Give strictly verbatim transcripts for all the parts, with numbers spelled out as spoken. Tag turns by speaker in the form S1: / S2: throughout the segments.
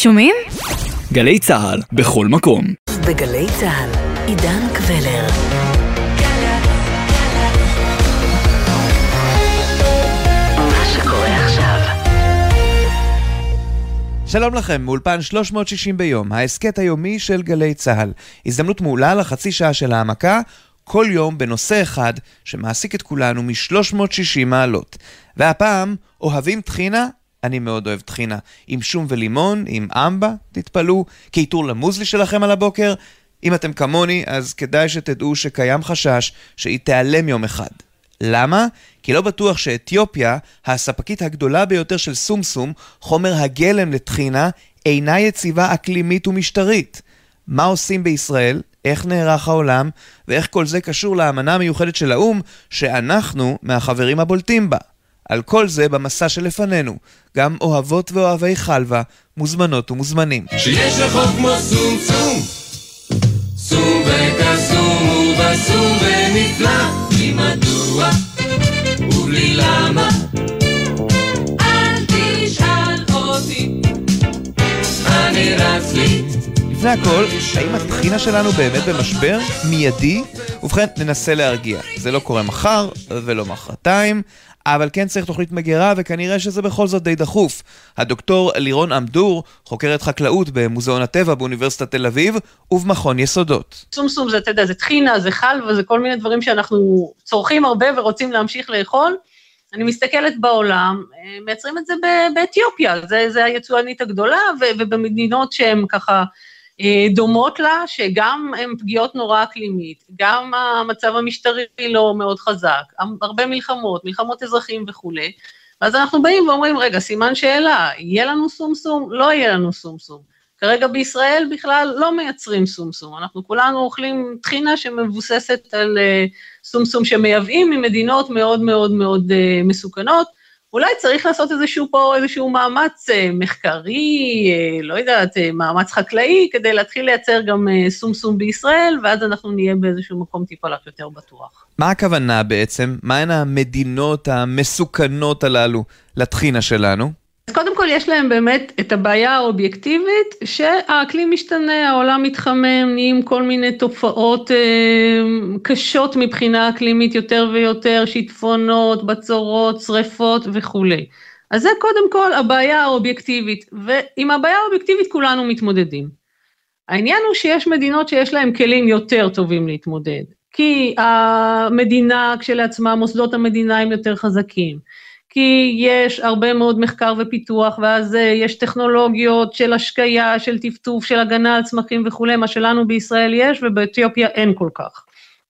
S1: שומעים?
S2: גלי צהל, בכל מקום.
S3: בגלי צהל, עידן קבלר. מה שקורה עכשיו.
S4: שלום לכם, מאולפן שלוש מאות ושישים ביום, ההסקט היומי של גלי צהל. הזדמנות מעולה לחצי שעה של העמקה, כל יום בנושא אחד שמעסיק את כולנו מ-שלוש מאות ושישים מעלות. והפעם, אוהבים טחינה? אני מאוד אוהב טחינה. עם שום ולימון, עם אמבה, תתפלו, כעיתור למוזלי שלכם על הבוקר. אם אתם כמוני, אז כדאי שתדעו שקיים חשש שהיא תיעלם יום אחד. למה? כי לא בטוח שאתיופיה, הספקית הגדולה ביותר של סומסום, חומר הגלם לטחינה, אינה יציבה אקלימית ומשטרית. מה עושים בישראל? איך נערך העולם? ואיך כל זה קשור לאמנה המיוחדת של האום, שאנחנו מהחברים הבולטים בה. על כל זה במסע שלפנינו, גם אוהבות ואוהבי חלבה, מוזמנות ומוזמנים.
S5: שיש לחוק כמו סום סום, סום וקסום ובסום ונפלא, בלי מדוע ובלי למה, אל תשאל אותי, אני רץ לי.
S4: לפני הכל, האם הטחינה שלנו באמת במשבר מיידי? ובכן, ננסה להרגיע. זה לא קורה מחר ולא מחרתיים, אבל כן צריך תוכנית מגירה, וכנראה שזה בכל זאת די דחוף. הדוקטור לירון עמדור, חוקרת חקלאות במוזיאון הטבע באוניברסיטת תל אביב, ובמכון יסודות.
S6: סומסום זה, אתה יודע, זה טחינה, זה חלבה, זה כל מיני דברים שאנחנו צורכים הרבה ורוצים להמשיך לאכול. אני מסתכלת בעולם, מייצרים את זה באתיופיה, זה, זה היצואנית הגדולה, ובמדינות שהן ככה דומות לה, שגם הן פגיעות נורא אקלימית, גם המצב המשטרי לא מאוד חזק, הרבה מלחמות, מלחמות אזרחים וכו'. ואז אנחנו באים ואומרים, רגע, סימן שאלה, יהיה לנו סומסום? לא יהיה לנו סומסום. כרגע בישראל בכלל לא מייצרים סומסום, אנחנו כולנו אוכלים טחינה שמבוססת על סומסום שמייבאים ממדינות מאוד מאוד מאוד מסוכנות. אולי צריך לעשות איזשהו פה, איזשהו מאמץ מחקרי, לא יודעת, מאמץ חקלאי, כדי להתחיל לייצר גם סומסום בישראל, ואז אנחנו נהיה באיזשהו מקום טיפה לך יותר בטוח.
S4: מה הכוונה בעצם? מהן המדינות המסוכנות הללו לטחינה שלנו?
S6: אז קודם כל יש להם באמת את הבעיה האובייקטיבית, שהאקלים משתנה, העולם מתחמם, נהיים כל מיני תופעות אה, קשות מבחינה אקלימית יותר ויותר, שיטפונות, בצורות, שריפות וכו'. אז זה קודם כל הבעיה האובייקטיבית, ועם הבעיה האובייקטיבית כולנו מתמודדים. העניין הוא שיש מדינות שיש להם כלים יותר טובים להתמודד, כי המדינה כשלעצמה, מוסדות המדינה הם יותר חזקים, כי יש הרבה מאוד מחקר ופיתוח, ואז יש טכנולוגיות של השקיה, של טפטוף, של הגנה על צמחים וכו', מה שלנו בישראל יש, ובאתיופיה אין כל כך.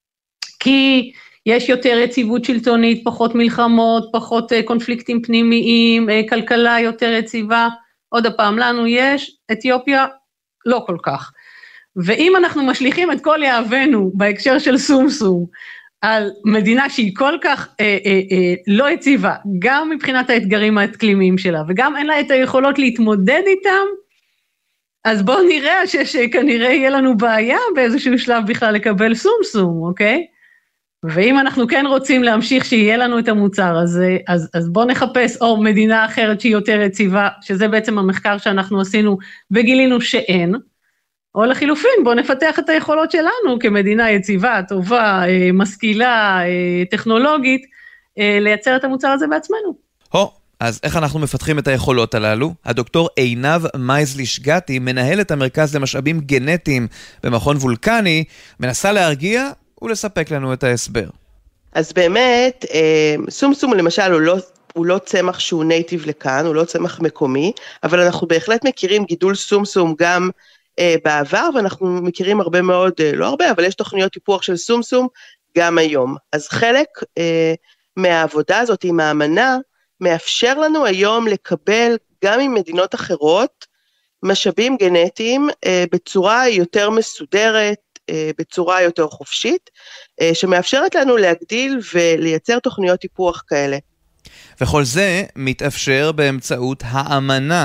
S6: כי יש יותר יציבות שלטונית, פחות מלחמות, פחות קונפליקטים פנימיים, כלכלה יותר יציבה, עוד הפעם לנו יש, אתיופיה לא כל כך. ואם אנחנו משליכים את כל יהבנו בהקשר של סומסום, על מדינה שהיא כל כך אה, אה, אה, לא יציבה, גם מבחינת האתגרים האקלימיים שלה, וגם אין לה את היכולות להתמודד איתם, אז בואו נראה שכנראה יהיה לנו בעיה באיזשהו שלב בכלל לקבל סומסום, אוקיי? ואם אנחנו כן רוצים להמשיך שיהיה לנו את המוצר הזה, אז, אז בואו נחפש או מדינה אחרת שהיא יותר יציבה, שזה בעצם המחקר שאנחנו עשינו וגילינו שאין, או לחילופין, בואו נפתח את היכולות שלנו כמדינה יציבה, טובה, משכילה, טכנולוגית, לייצר את המוצר הזה בעצמנו.
S4: הו, אז איך אנחנו מפתחים את היכולות הללו? הדוקטור עינב מייזלי שגתי, מנהלת המרכז למשאבים גנטיים במכון וולקני, מנסה להרגיע ולספק לנו את ההסבר.
S7: אז באמת, סומסום למשל הוא לא... הוא לא צמח שהוא נייטיב לכאן, הוא לא צמח מקומי, אבל אנחנו בהחלט מכירים גידול סומסום גם בעבר, ואנחנו מכירים הרבה מאוד, לא הרבה, אבל יש תוכניות טיפוח של סומסום גם היום. אז חלק אה, מהעבודה הזאת עם האמנה, מאפשר לנו היום לקבל גם עם מדינות אחרות, משאבים גנטיים אה, בצורה יותר מסודרת, אה, בצורה יותר חופשית, אה, שמאפשרת לנו להגדיל ולייצר תוכניות טיפוח כאלה.
S4: וכל זה מתאפשר באמצעות האמנה.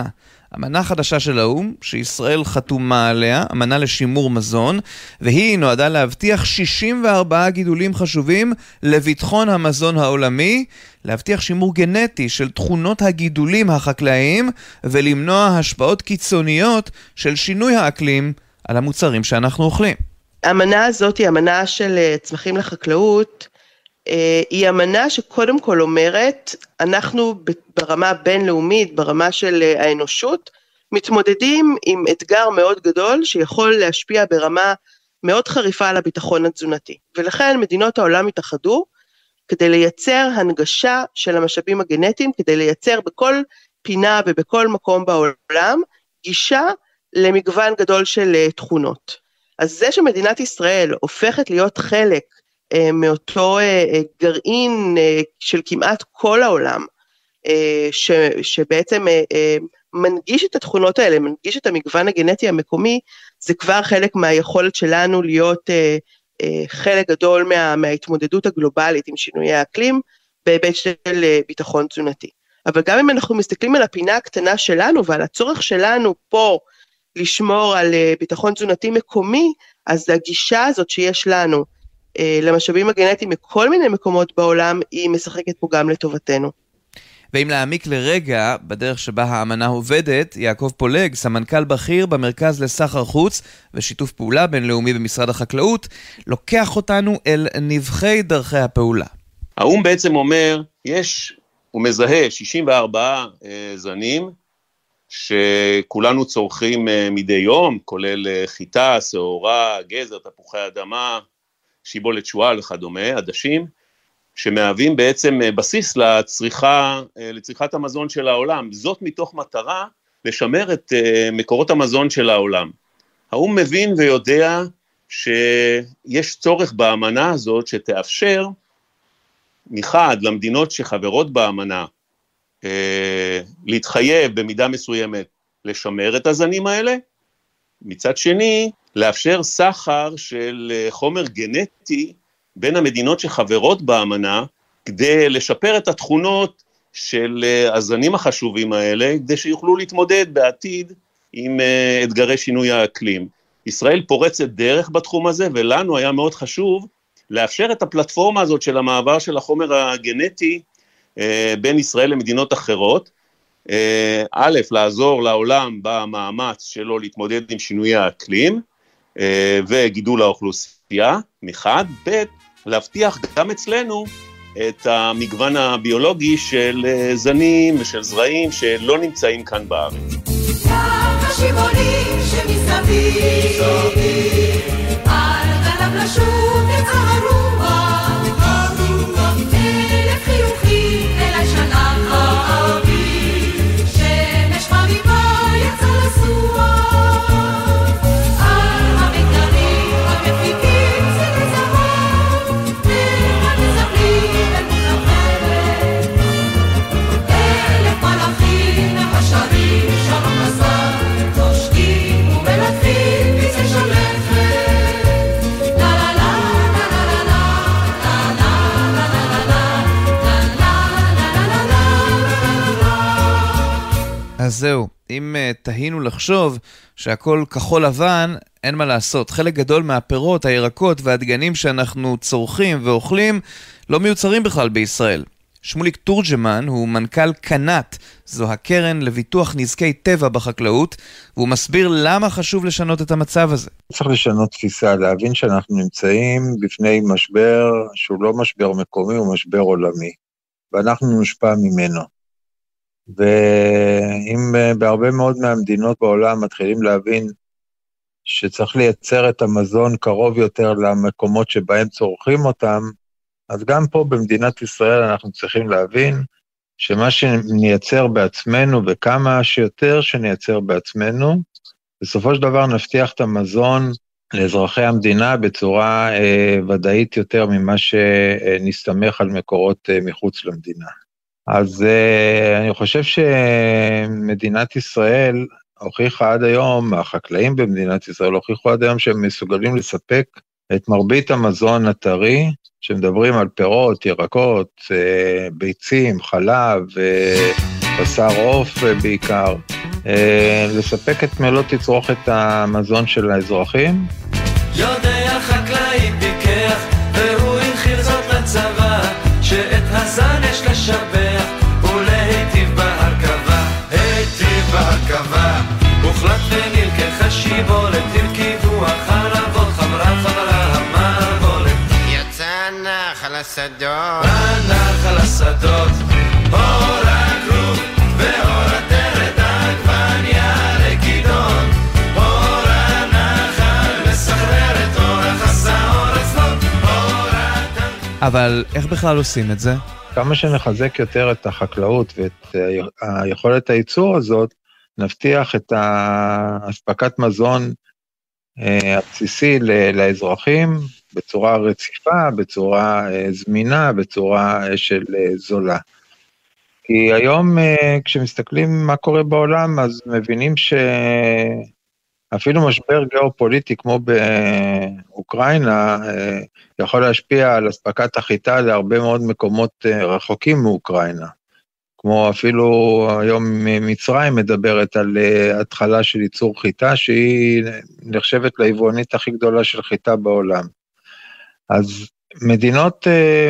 S4: אמנה חדשה של האו"ם, שישראל חתומה עליה, אמנה לשימור מזון, והיא נועדה להבטיח שישים וארבעה גידולים חשובים לביטחון המזון העולמי, להבטיח שימור גנטי של תכונות הגידולים החקלאיים, ולמנוע השפעות קיצוניות של שינוי האקלים על המוצרים שאנחנו אוכלים.
S7: האמנה הזאת היא אמנה של צמחים לחקלאות, היא אמנה שקודם כל אומרת, אנחנו ברמה בינלאומית, ברמה של האנושות, מתמודדים עם אתגר מאוד גדול, שיכול להשפיע ברמה מאוד חריפה על הביטחון התזונתי. ולכן מדינות העולם התאחדו, כדי לייצר הנגשה של המשאבים הגנטיים, כדי לייצר בכל פינה ובכל מקום בעולם, גישה למגוון גדול של תכונות. אז זה שמדינת ישראל הופכת להיות חלק מאותו גרעין של כמעט כל העולם, ש, שבעצם מנגיש את התכונות האלה, מנגיש את המגוון הגנטי המקומי, זה כבר חלק מהיכולת שלנו להיות חלק גדול מה, מההתמודדות הגלובלית עם שינויי האקלים, בהיבט של ביטחון תזונתי. אבל גם אם אנחנו מסתכלים על הפינה הקטנה שלנו, ועל הצורך שלנו פה, לשמור על ביטחון תזונתי מקומי, אז הגישה הזאת שיש לנו, למשאבים הגנטיים מכל מיני מקומות בעולם, היא משחקת פה גם לטובתנו.
S4: ואם להעמיק לרגע בדרך שבה האמנה עובדת, יעקב פולג, סמנכ"ל בכיר במרכז לסחר חוץ ושיתוף פעולה בינלאומי במשרד החקלאות, לוקח אותנו אל נבחי דרכי הפעולה.
S1: האו"ם בעצם אומר, יש, הוא מזהה שישים וארבעה אה, זנים, שכולנו צורכים אה, מדי יום, כולל אה, חיטה, שעורה, גזר, תפוחי אדמה, שיבולת שועל וכדומה, עדשים, שמהווים בעצם בסיס לצריכה, לצריכת המזון של העולם. זאת מתוך מטרה לשמר את מקורות המזון של העולם. האו"ם מבין ויודע שיש צורך באמנה הזאת שתאפשר מחד למדינות שחברות באמנה להתחייב במידה מסוימת לשמר את הזנים האלה, מצד שני לאפשר סחר של חומר גנטי בין המדינות שחברות באמנה, כדי לשפר את התכונות של הזנים החשובים האלה, כדי שיוכלו להתמודד בעתיד עם אתגרי שינוי האקלים. ישראל פורצת דרך בתחום הזה, ולנו היה מאוד חשוב לאפשר את הפלטפורמה הזאת של המעבר של החומר הגנטי בין ישראל למדינות אחרות, א', לעזור לעולם במאמץ שלו להתמודד עם שינוי האקלים, וגידול האוכלוסייה, מחד, ב', להבטיח גם אצלנו את המגוון הביולוגי של זנים ושל זרעים שלא נמצאים כאן בארץ.
S5: השיבולים שמסביב, על גלב לשוב יצא הרוח, אלף חיוכים אלי שלח האביב, שמש חביבה יצא לסוח, על המגדלים המפיקים צל זהב, והמזבלים אל מוזרחלת, אלף מלאכים מחשבים שלום לסר, תושקים ומלטפים ביצי שלכת, לה לה לה לה לה לה לה לה לה לה לה.
S4: אז זהו, אם uh, תהינו לחשוב שהכל כחול לבן, אין מה לעשות. חלק גדול מהפירות, הירקות והדגנים שאנחנו צורכים ואוכלים לא מיוצרים בכלל בישראל. שמוליק תורג'מן הוא מנכ"ל קנת, זו הקרן לביטוח נזקי טבע בחקלאות, והוא מסביר למה חשוב לשנות את המצב הזה.
S8: צריך לשנות תפיסה, להבין שאנחנו נמצאים בפני משבר שהוא לא משבר מקומי, הוא משבר עולמי, ואנחנו נושפע ממנו. ואם בהרבה מאוד מהמדינות בעולם מתחילים להבין שצריך לייצר את המזון קרוב יותר למקומות שבהם צורכים אותם, אז גם פה במדינת ישראל אנחנו צריכים להבין שמה שנייצר בעצמנו וכמה שיותר שנייצר בעצמנו, בסופו של דבר נבטיח את המזון לאזרחי המדינה בצורה אה, ודאית יותר ממה שנסתמך על מקורות אה, מחוץ למדינה. אז אה, אני חושב שמדינת ישראל הוכיחה עד היום, החקלאים במדינת ישראל הוכיחו עד היום שהם מסוגלים לספק את מרבית המזון הטרי, שמדברים על פירות, ירקות, ביצים, חלב, בשר עוף בעיקר, לספק את מלוא תצרוכת המזון של האזרחים.
S5: יודע חקלאי פיקח, והוא הנחיל זאת לצבא, שאת הזן יש לשבח, ולהיטיב בהרכבה, היטיב בהרכבה. הוחלט ונלקח שיבולת, תרכיבו החלבות, חברה חברה המערבולת.
S9: יצא נחל השדות,
S5: הנחל השדות, אור הכרוב ואור הדרת עגבניה לכידון, אור הנחל מסחרר את אורח הסעור אצלות, אור הדם.
S4: אבל איך בכלל עושים את זה?
S8: כמה שנחזק יותר את החקלאות ואת היכולת הייצור הזאת, נבטיח את הספקת מזון הבסיסי לאזרחים בצורה רציפה, בצורה זמינה, בצורה של זולה. כי היום כשמסתכלים מה קורה בעולם, אז מבינים שאפילו משבר גיאופוליטי כמו באוקראינה, יכול להשפיע על הספקת החיטה להרבה מאוד מקומות רחוקים מאוקראינה. כמו אפילו היום מצרים מדברת על התחלה של ייצור חיטה, שהיא נחשבת ליבואנית הכי גדולה של חיטה בעולם. אז מדינות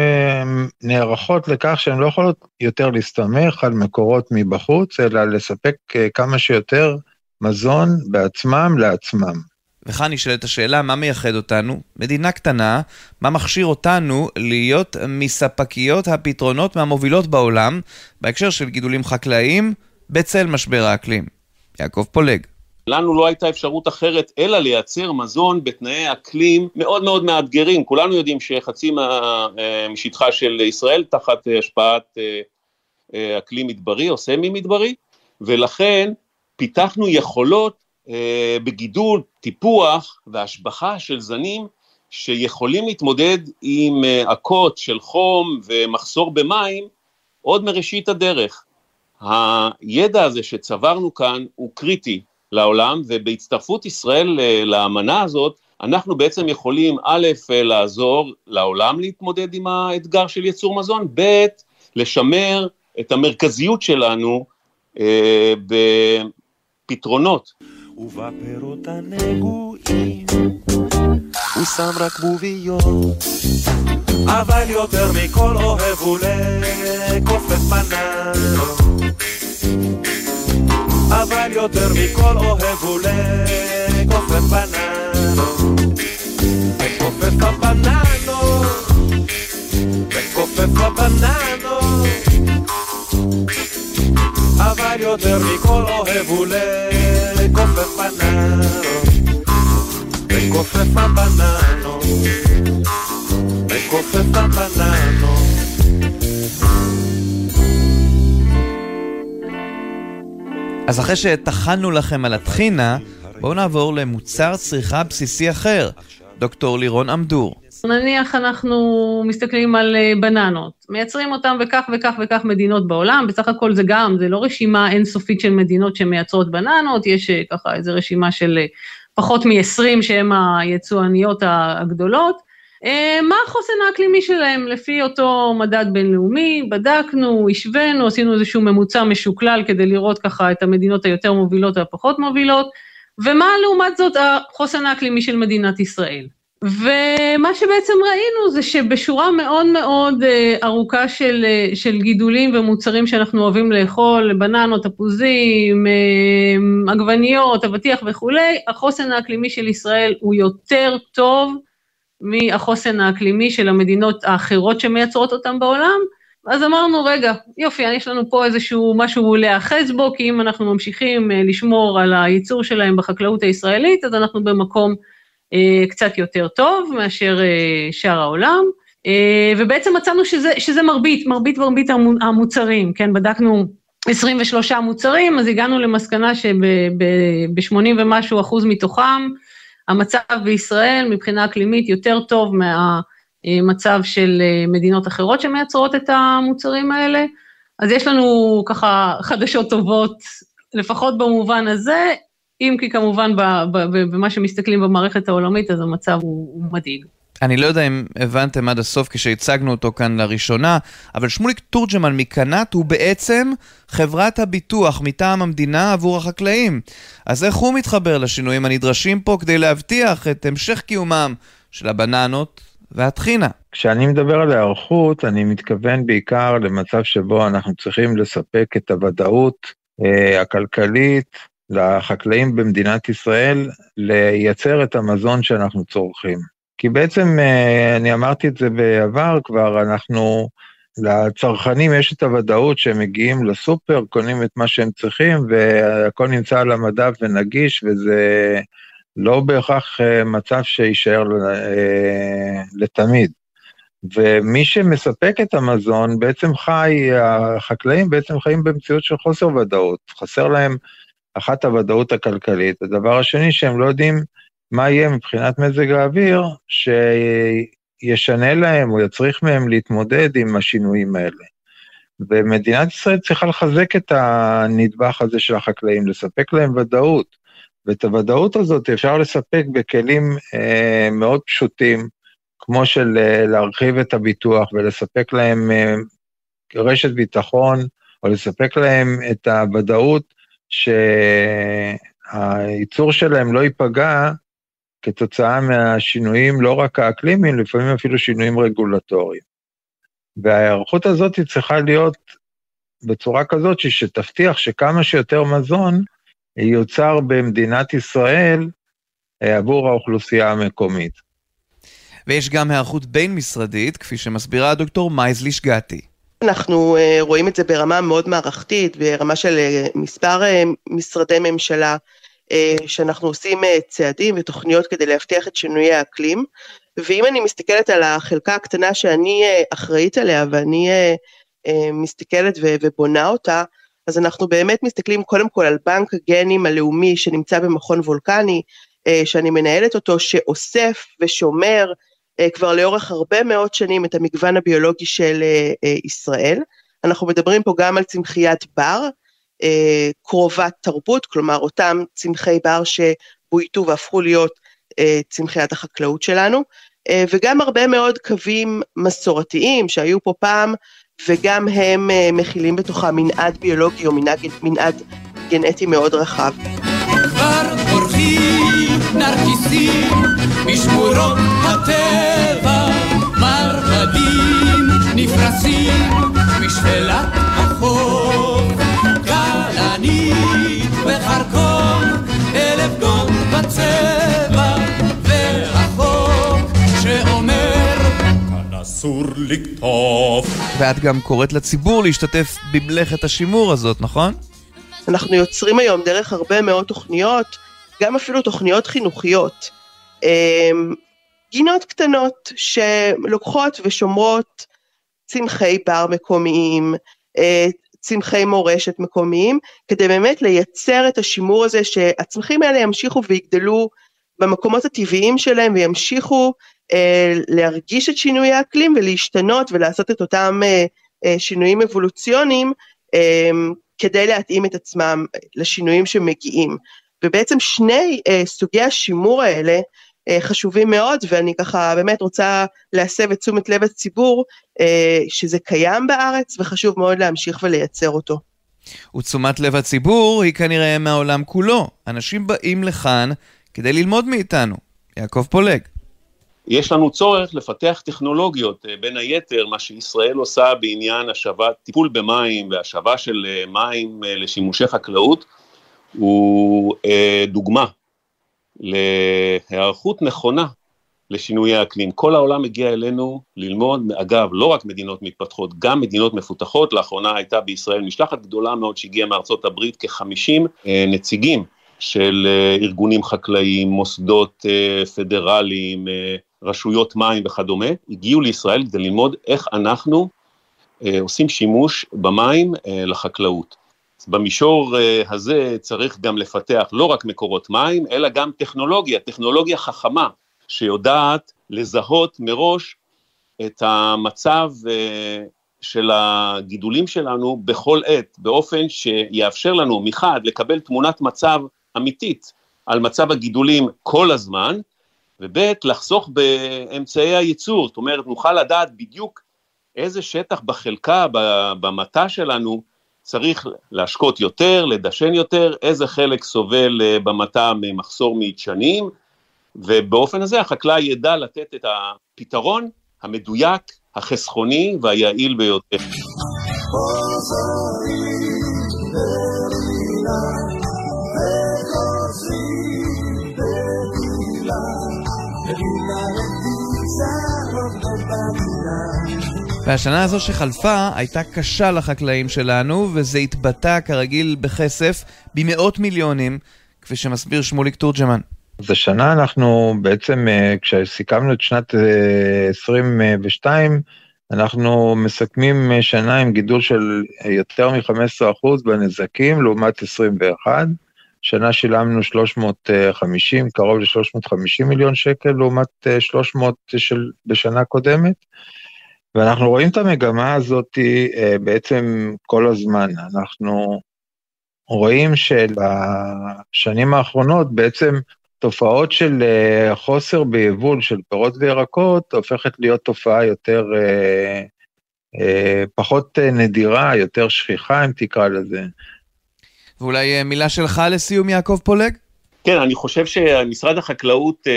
S8: נערכות לכך שהן לא יכולות יותר להסתמך על מקורות מבחוץ, אלא לספק כמה שיותר מזון בעצמם לעצמם.
S4: וכאן נשאלת השאלה, מה מייחד אותנו? מדינה קטנה, מה מכשיר אותנו להיות מספקיות הפתרונות מהמובילות בעולם, בהקשר של גידולים חקלאיים, בצל משבר האקלים. יעקב פולג.
S1: לנו לא הייתה אפשרות אחרת, אלא לייצר מזון בתנאי אקלים מאוד מאוד מאתגרים. כולנו יודעים שחצי משטחה של ישראל תחת השפעת אקלים מדברי או סמי מדברי, ולכן פיתחנו יכולות בגידול, טיפוח והשבחה של זנים שיכולים להתמודד עם עקות של חום ומחסור במים עוד מראשית הדרך. הידע הזה שצברנו כאן הוא קריטי לעולם, ובהצטרפות ישראל לאמנה הזאת, אנחנו בעצם יכולים א', לעזור לעולם להתמודד עם האתגר של ייצור מזון, ב', לשמר את המרכזיות שלנו אה, בפתרונות.
S5: ובפירות הנגועים הוא שם רק בוביות, אבל יותר מכל אוהב הוא לקופף בננות, אבל יותר מכל אוהב הוא לקופף בננות, לקופף הבננות, לקופף הבננות, אבל יותר מכל אוהב הוא לקופף בננות, לקופף הבננות, לקופף הבננות.
S4: אז אחרי שטחנו לכם על התחינה, בואו נעבור למוצר צריכה בסיסי אחר, דוקטור לירון עמדור.
S6: נניח אנחנו מסתכלים על בננות, מייצרים אותם וכך וכך וכך מדינות בעולם, בסך הכל זה גם, זה לא רשימה אינסופית של מדינות שמייצרות בננות, יש ככה איזו רשימה של פחות מ-עשרים שהן היצואניות הגדולות. מה החוסן האקלימי שלהם? לפי אותו מדד בינלאומי, בדקנו, השווינו, עשינו איזשהו ממוצע משוקלל כדי לראות ככה את המדינות היותר מובילות והפחות מובילות, ומה לעומת זאת החוסן האקלימי של מדינת ישראל. ומה שבעצם ראינו זה שבשורה מאוד מאוד ארוכה של, של גידולים ומוצרים שאנחנו אוהבים לאכול, בננות, תפוזים, עגבניות, אבטיח וכולי, החוסן האקלימי של ישראל הוא יותר טוב מהחוסן האקלימי של המדינות האחרות שמייצרות אותם בעולם. אז אמרנו, רגע, יופי, יש לנו פה איזשהו משהו להאחז בו, כי אם אנחנו ממשיכים לשמור על הייצור שלהם בחקלאות הישראלית, אז אנחנו במקום קצת יותר טוב מאשר שאר העולם, ובעצם מצאנו שזה, שזה מרבית, מרבית מרבית המוצרים, כן, בדקנו עשרים ושלושה מוצרים, אז הגענו למסקנה שב-שמונים ומשהו אחוז מתוכם, המצב בישראל מבחינה אקלימית יותר טוב מהמצב של מדינות אחרות שמייצרות את המוצרים האלה, אז יש לנו ככה חדשות טובות, לפחות במובן הזה, אם כי כמובן במה שמסתכלים במערכת העולמית, אז המצב הוא מדאיג.
S4: אני לא יודע אם הבנתם עד הסוף כשהצגנו אותו כאן לראשונה, אבל שמוליק תורג'מן מקנת הוא בעצם חברת הביטוח מטעם המדינה עבור החקלאים. אז איך הוא מתחבר לשינויים הנדרשים פה כדי להבטיח את המשך קיומם של הבננות והטחינה?
S8: כשאני מדבר על הערכות, אני מתכוון בעיקר למצב שבו אנחנו צריכים לספק את הוודאות אה, הכלכלית לחקלאים במדינת ישראל, לייצר את המזון שאנחנו צורכים. כי בעצם, אני אמרתי את זה בעבר כבר, אנחנו, לצרכנים יש את הוודאות שהם מגיעים לסופר, קונים את מה שהם צריכים, והכל נמצא על המדף ונגיש, וזה לא בהכרח מצב שישאר לתמיד. ומי שמספק את המזון בעצם חי, החקלאים בעצם חיים במציאות של חוסר ודאות, חסר להם אחת הוודאות הכלכלית. הדבר השני שהם לא יודעים מה יהיה מבחינת מזג האוויר, שישנה להם או יצריך מהם להתמודד עם השינויים האלה. ומדינת ישראל צריכה לחזק את הנדבך הזה של החקלאים, לספק להם ודאות, ואת הוודאות הזאת אפשר לספק בכלים אה, מאוד פשוטים, כמו של אה, להרחיב את הביטוח ולספק להם אה, רשת ביטחון, או לספק להם את הוודאות שהייצור שלהם לא ייפגע, כתוצאה מהשינויים, לא רק האקלימיים, לפעמים אפילו שינויים רגולטוריים. וההיערכות הזאת צריכה להיות בצורה כזאת, שתבטיח שכמה שיותר מזון יוצר במדינת ישראל עבור האוכלוסייה המקומית.
S4: ויש גם היערכות בין משרדית, כפי שמסבירה הדוקטור מייזלי שגתי.
S7: אנחנו רואים את זה ברמה מאוד מערכתית, ברמה של מספר משרדי ממשלה, שאנחנו עושים צעדים ותוכניות כדי להבטיח את שינויי האקלים, ואם אני מסתכלת על החלקה הקטנה שאני אחראית עליה, ואני מסתכלת ובונה אותה, אז אנחנו באמת מסתכלים קודם כל על בנק הגנים הלאומי שנמצא במכון וולקני, שאני מנהלת אותו, שאוסף ושומר כבר לאורך הרבה מאוד שנים את המגוון הביולוגי של ישראל. אנחנו מדברים פה גם על צמחיית בר, קרובת תרבות, כלומר אותם צמחי בר שבויתו והפכו להיות צמחיית החקלאות שלנו, וגם הרבה מאוד קווים מסורתיים שהיו פה פעם, וגם הם מכילים בתוכה מנעד ביולוגי או מנעד, מנעד גנטי מאוד רחב.
S5: כבר פורחים נרקיסים משמורות הטבע, מרבדים נפרסים משפלת החוף, כלנית וחרקום אלף גון בצבע, והחוק שאומר כאן אסור לקטוף.
S4: ואת גם קוראת לציבור להשתתף במלאכת השימור הזאת, נכון?
S7: אנחנו יוצרים היום דרך הרבה מאוד תוכניות, גם אפילו תוכניות חינוכיות, גינות קטנות שלוקחות ושומרות צמחי בר מקומיים, צמחי מורשת מקומיים, כדי באמת לייצר את השימור הזה, שהצמחים האלה ימשיכו ויגדלו במקומות הטבעיים שלהם, וימשיכו להרגיש את שינוי האקלים, ולהשתנות ולעשות את אותם שינויים אבולוציוניים, כדי להתאים את עצמם לשינויים שמגיעים. ובעצם שני סוגי השימור האלה, חשובים מאוד, ואני ככה באמת רוצה להסב את תשומת לב הציבור, שזה קיים בארץ, וחשוב מאוד להמשיך ולייצר אותו.
S4: ותשומת לב הציבור היא כנראה מהעולם כולו. אנשים באים לכאן כדי ללמוד מאיתנו. יעקב פולג.
S1: יש לנו צורך לפתח טכנולוגיות, בין היתר מה שישראל עושה בעניין השבת, טיפול במים והשבה של מים לשימושי חקלאות, הוא דוגמה להיערכות נכונה לשינויי האקלים. כל העולם מגיע אלינו ללמוד, אגב, לא רק מדינות מתפתחות, גם מדינות מפותחות. לאחרונה הייתה בישראל משלחת גדולה מאוד שהגיעה מארצות הברית, כ-חמישים נציגים של ארגונים חקלאיים, מוסדות פדרליים, רשויות מים וכדומה, הגיעו לישראל כדי ללמוד איך אנחנו עושים שימוש במים לחקלאות. במישור הזה צריך גם לפתח לא רק מקורות מים, אלא גם טכנולוגיה, טכנולוגיה חכמה, שיודעת לזהות מראש את המצב של הגידולים שלנו בכל עת, באופן שיאפשר לנו מחד לקבל תמונת מצב אמיתית על מצב הגידולים כל הזמן, וב' לחסוך באמצעי הייצור, זאת אומרת, נוכל לדעת בדיוק איזה שטח בחלקה, במטה שלנו, צריך להשקות יותר, לדשן יותר, איזה חלק סובל במטה ממחסור מדשנים, ובאופן הזה החקלאי ידע לתת את הפתרון המדויק, החסכוני והיעיל ביותר.
S4: והשנה הזו שחלפה הייתה קשה לחקלאים שלנו, וזה התבטא כרגיל בכסף במאות מיליונים, כפי שמסביר שמוליק תורג'מן.
S8: אז השנה אנחנו בעצם, כשסיכמנו את שנת עשרים ושתיים, אנחנו מסכמים שנה עם גידול של יותר מ-חמישה עשר אחוז בנזקים, לעומת עשרים ואחת. שנה שילמנו שלוש מאות וחמישים, קרוב ל-שלוש מאות וחמישים מיליון שקל, לעומת שלוש מאות של בשנה קודמת. ואנחנו רואים את המגמה הזאת בעצם כל הזמן. אנחנו רואים שבשנים האחרונות בעצם תופעות של חוסר ביבול של פירות וירקות הופכת להיות תופעה יותר, פחות נדירה, יותר שכיחה אם תקרא לזה.
S4: ואולי מילה שלך לסיום יעקב פולג?
S1: כן, אני חושב שמשרד החקלאות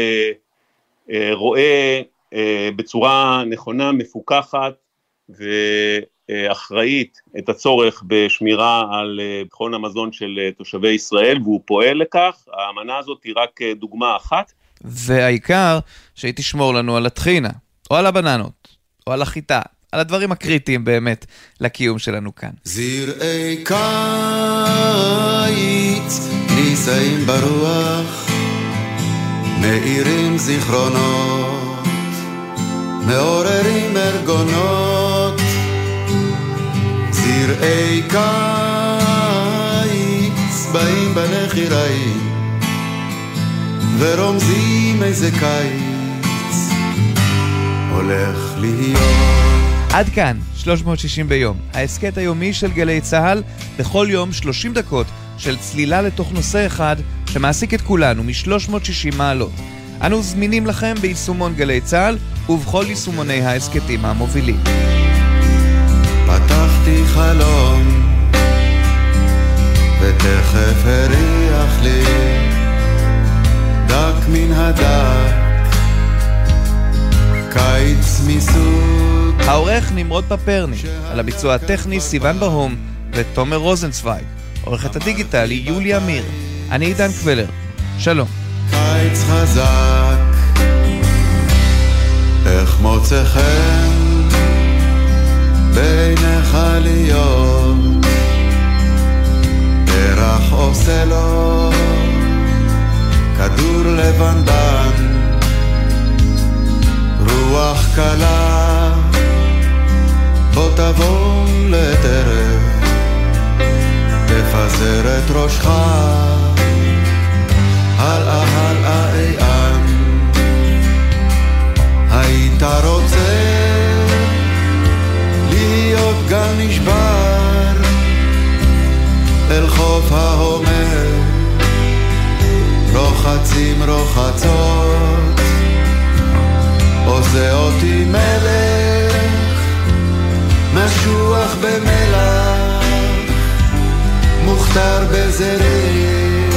S1: רואה בצורה נכונה, מפוקחת ואחראית את הצורך בשמירה על ביטחון המזון של תושבי ישראל, והוא פועל לכך. האמנה הזאת היא רק דוגמה אחת.
S4: והעיקר שהיא תשמור לנו על הטחינה, או על הבננות, או על החיטה, על הדברים הקריטיים באמת לקיום שלנו כאן.
S5: זרעי קיץ נישאים ברוח, מאירים זיכרונות, מעוררים ארגונות. זרעי קיץ באים בנחיראים ורומזים איזה קיץ הולך להיות.
S4: עד כאן שלוש מאות ושישים ביום, העסקת היומי של גלי צהל, בכל יום שלושים דקות של צלילה לתוך נושא אחד שמעסיק את כולנו מ-שלוש מאות ושישים מעלות. אנו זמינים לכם ביישומון גלי צהל ובכל יישומוני העסקתים המובילים.
S5: פתחתי חלום ותכף הריח לי דק מן הדק, קיץ מסוג.
S4: העורך נמרוד פפרני, על הביצוע הטכני סיוון ברהום ותומר רוזנצוויג, עורכת הדיגיטל היא יוליה אמיר. אני עידן קבלר, שלום.
S5: קיץ חזק, איך מוצא חן בעיניך להיות, פרח עושה לו כדור לבנבן, רוח קלה בוא תבוא לטרף, תפזר את ראשך הלאה הלאה איען. היית רוצה להיות גל נשבר אל חוף ההומר, רוחצים רוחצות, עושה אותי מלך משוח במלח, מוכתר בזרים,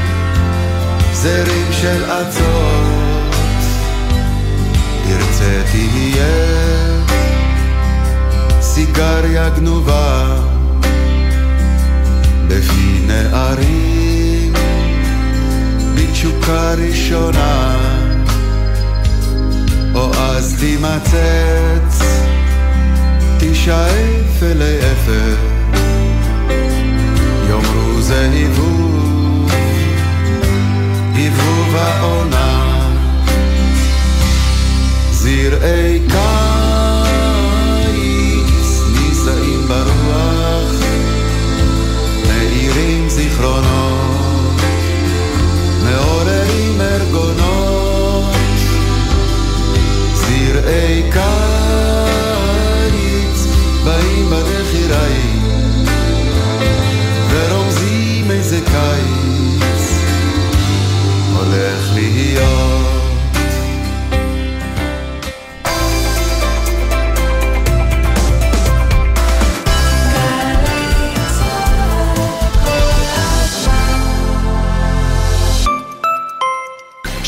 S5: זרים של עצות. תרצה תהיה סיגריה גנובה בפי נערים בתשוקה ראשונה, או אז תימצץ תשאף אלי אפר, יאמרו זה היבוב, היבוב העונה. זרעי קיץ נישאים ברוח, מאירים זיכרונות, מעוררים ארגונות. זרעי קיץ באים בנחיראים ורומזים איזה קיץ הולך להיות.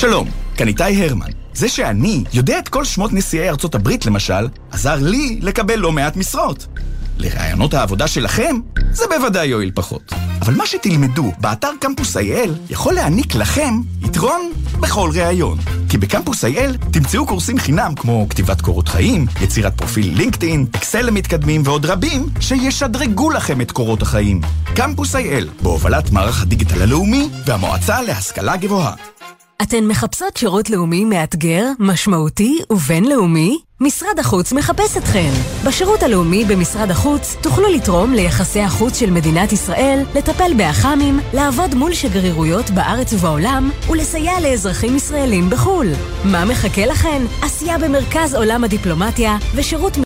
S10: שלום, כאן איתי הרמן. זה שאני יודע את כל שמות נשיאי ארצות הברית למשל, עזר לי לקבל לא מעט משרות. לרעיונות העבודה שלכם, זה בוודאי יועיל פחות. אבל מה שתלמדו באתר קמפוס איי אל יכול להעניק לכם יתרון בכל רעיון. כי בקמפוס איי אל תמצאו קורסים חינם כמו כתיבת קורות חיים, יצירת פרופיל לינקדאין, אקסל למתקדמים ועוד רבים שישדרגו לכם את קורות החיים. קמפוס איי אל, בהובלת מערך הדיגיטל הלאומי והמועצה להשכלה גבוהה.
S3: אתן מחפשות שירות לאומי מאתגר, משמעותי ובינלאומי? משרד החוץ מחפש אתכן. בשירות הלאומי במשרד החוץ תוכלו לתרום ליחסי החוץ של מדינת ישראל, לטפל באח"מים, לעבוד מול שגרירויות בארץ ובעולם ולסייע לאזרחים ישראלים בחו"ל. מה מחכה לכן? עשייה במרכז עולם הדיפלומטיה ושירות